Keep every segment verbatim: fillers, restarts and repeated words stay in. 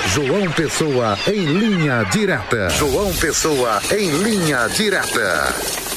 João Pessoa em linha direta. João Pessoa em linha direta.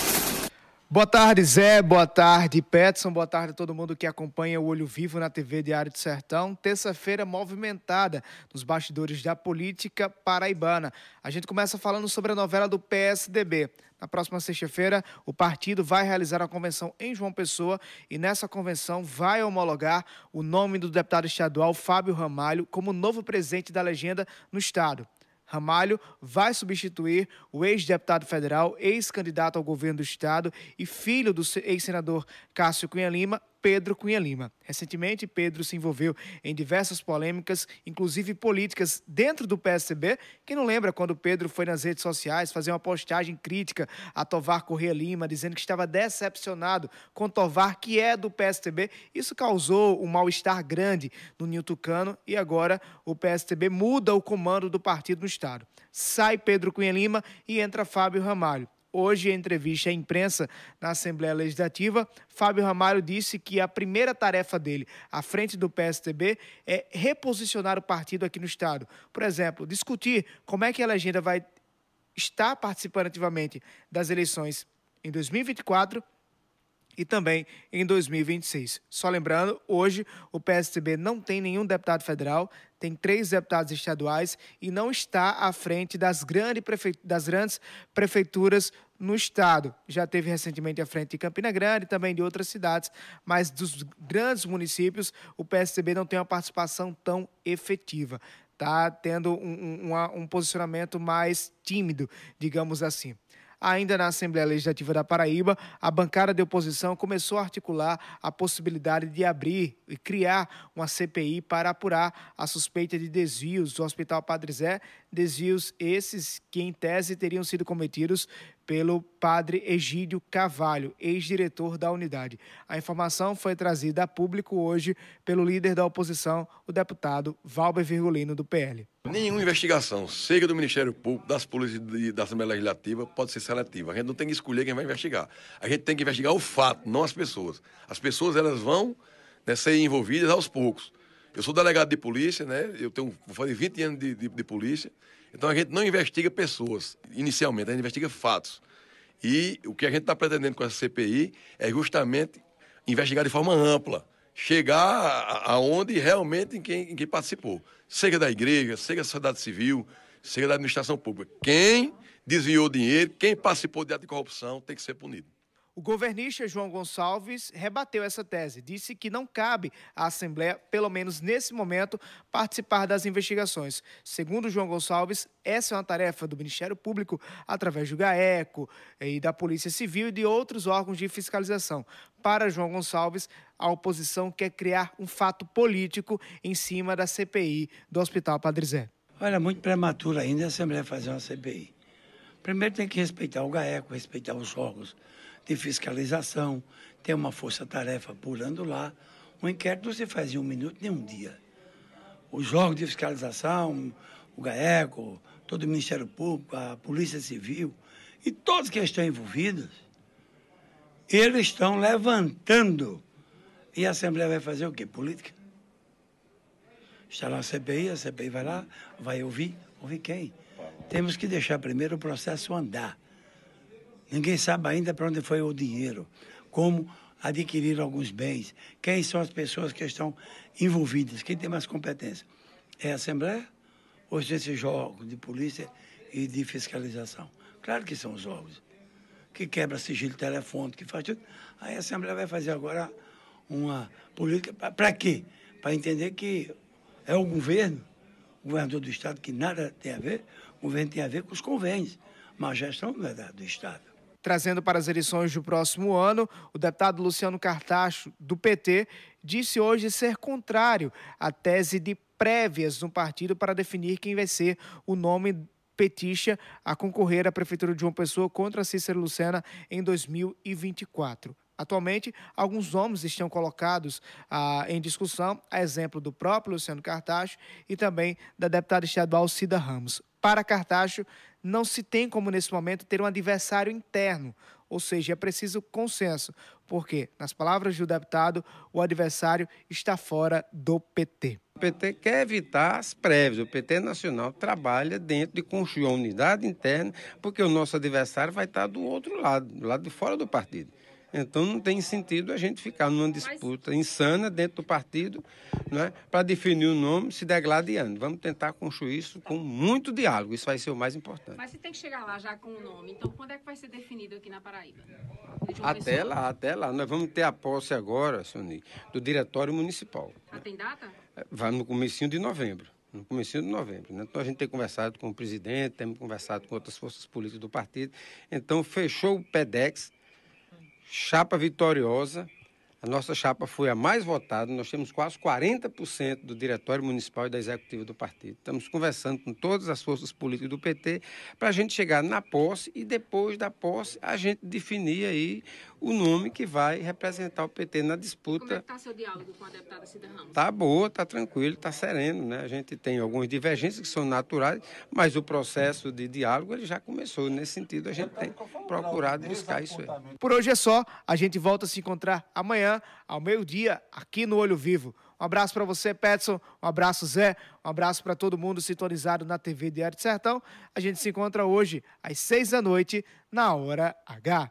Boa tarde, Zé. Boa tarde, Petson. Boa tarde a todo mundo que acompanha o Olho Vivo na T V Diário do Sertão. Terça-feira movimentada nos bastidores da política paraibana. A gente começa falando sobre a novela do P S D B. Na próxima sexta-feira, o partido vai realizar uma convenção em João Pessoa e nessa convenção vai homologar o nome do deputado estadual Fábio Ramalho como novo presidente da legenda no estado. Ramalho vai substituir o ex-deputado federal, ex-candidato ao governo do estado e filho do ex-senador Cássio Cunha Lima, Pedro Cunha Lima. Recentemente, Pedro se envolveu em diversas polêmicas, inclusive políticas, dentro do P S D B. Quem não lembra quando Pedro foi nas redes sociais fazer uma postagem crítica a Tovar Corrêa Lima, dizendo que estava decepcionado com Tovar, que é do P S D B. Isso causou um mal-estar grande no Ninho Tucano e agora o P S D B muda o comando do partido no estado. Sai Pedro Cunha Lima e entra Fábio Ramalho. Hoje, em entrevista à imprensa na Assembleia Legislativa, Fábio Ramalho disse que a primeira tarefa dele à frente do P S D B é reposicionar o partido aqui no estado. Por exemplo, discutir como é que a legenda vai estar participando ativamente das eleições em dois mil e vinte e quatro e também em dois mil e vinte e seis. Só lembrando, hoje o P S D B não tem nenhum deputado federal, tem três deputados estaduais e não está à frente das, grande prefe... das grandes prefeituras no estado. Já teve recentemente à frente de Campina Grande e também de outras cidades, mas dos grandes municípios o P S D B não tem uma participação tão efetiva. Está tendo um, um, um posicionamento mais tímido, digamos assim. Ainda na Assembleia Legislativa da Paraíba, a bancada de oposição começou a articular a possibilidade de abrir e criar uma C P I para apurar a suspeita de desvios do Hospital Padre Zé, desvios esses que, em tese, teriam sido cometidos pelo padre Egídio Carvalho, ex-diretor da unidade. A informação foi trazida a público hoje pelo líder da oposição, o deputado Valber Virgulino, do P L. Nenhuma investigação, seja do Ministério Público, das polícias e da Assembleia Legislativa, pode ser seletiva. A gente não tem que escolher quem vai investigar. A gente tem que investigar o fato, não as pessoas. As pessoas, elas vão, né, ser envolvidas aos poucos. Eu sou delegado de polícia, né? Eu tenho, vou fazer vinte anos de, de, de polícia. Então a gente não investiga pessoas, inicialmente, a gente investiga fatos. E o que a gente está pretendendo com essa C P I é justamente investigar de forma ampla, chegar aonde realmente em quem, em quem participou. Seja da igreja, seja da sociedade civil, seja da administração pública. Quem desviou dinheiro, quem participou de ato de corrupção tem que ser punido. O governista João Gonçalves rebateu essa tese, disse que não cabe à Assembleia, pelo menos nesse momento, participar das investigações. Segundo João Gonçalves, essa é uma tarefa do Ministério Público através do GAECO e da Polícia Civil e de outros órgãos de fiscalização. Para João Gonçalves, a oposição quer criar um fato político em cima da C P I do Hospital Padre Zé. Olha, muito prematuro ainda a Assembleia fazer uma C P I. Primeiro tem que respeitar o GAECO, respeitar os órgãos de fiscalização, ter uma força-tarefa pulando lá. O inquérito não se faz em um minuto nem um dia. Os órgãos de fiscalização, o GAECO, todo o Ministério Público, a Polícia Civil e todos que estão envolvidos, eles estão levantando. E a Assembleia vai fazer o quê? Política? Está lá a C P I, a C P I vai lá, vai ouvir. Ouvir quem? Temos que deixar primeiro o processo andar. Ninguém sabe ainda para onde foi o dinheiro, como adquirir alguns bens, quem são as pessoas que estão envolvidas, quem tem mais competência. É a Assembleia ou são esses órgãos de polícia e de fiscalização? Claro que são os órgãos que quebra sigilo telefônico, que faz tudo. Aí a Assembleia vai fazer agora uma política, para quê? Para entender que é o governo, o governador do Estado, que nada tem a ver, o governo tem a ver com os convênios, mas a gestão não é do Estado. Trazendo para as eleições do próximo ano, o deputado Luciano Cartacho, do P T, disse hoje ser contrário à tese de prévias no partido para definir quem vai ser o nome petista a concorrer à Prefeitura de João Pessoa contra Cícero Lucena em dois mil e vinte e quatro. Atualmente, alguns nomes estão colocados ah, em discussão, a exemplo do próprio Luciano Cartacho e também da deputada estadual Cida Ramos. Para Cartacho, não se tem como, nesse momento, ter um adversário interno, ou seja, é preciso consenso, porque, nas palavras do deputado, o adversário está fora do P T. O P T quer evitar as prévias. O P T Nacional trabalha dentro de construir uma unidade interna, porque o nosso adversário vai estar do outro lado, do lado de fora do partido. Então não tem sentido a gente ficar numa disputa insana dentro do partido, né, para definir o nome, se degladiando. Vamos tentar construir isso com muito diálogo, isso vai ser o mais importante. Mas se tem que chegar lá já com o nome, então quando é que vai ser definido aqui na Paraíba? Até lá, até lá. Nós vamos ter a posse agora, Sony, do Diretório Municipal. Já tem data? Vai no comecinho de novembro. No comecinho de novembro. Né? Então, a gente tem conversado com o presidente, temos conversado com outras forças políticas do partido. Então, fechou o PEDEX, chapa vitoriosa. A nossa chapa foi a mais votada. Nós temos quase quarenta por cento do Diretório Municipal e da Executiva do partido. Estamos conversando com todas as forças políticas do P T para a gente chegar na posse e, depois da posse, a gente definir aí o nome que vai representar o P T na disputa. Como é que está seu diálogo com a deputada Cida Ramos? Está boa, está tranquilo, está sereno, né? A gente tem algumas divergências que são naturais, mas o processo de diálogo ele já começou. Nesse sentido, a gente tem procurado buscar isso aí. Por hoje é só. A gente volta a se encontrar amanhã, ao meio-dia, aqui no Olho Vivo. Um abraço para você, Petson. Um abraço, Zé. Um abraço para todo mundo sintonizado na T V Diário do Sertão. A gente se encontra hoje, às seis da noite, na Hora H.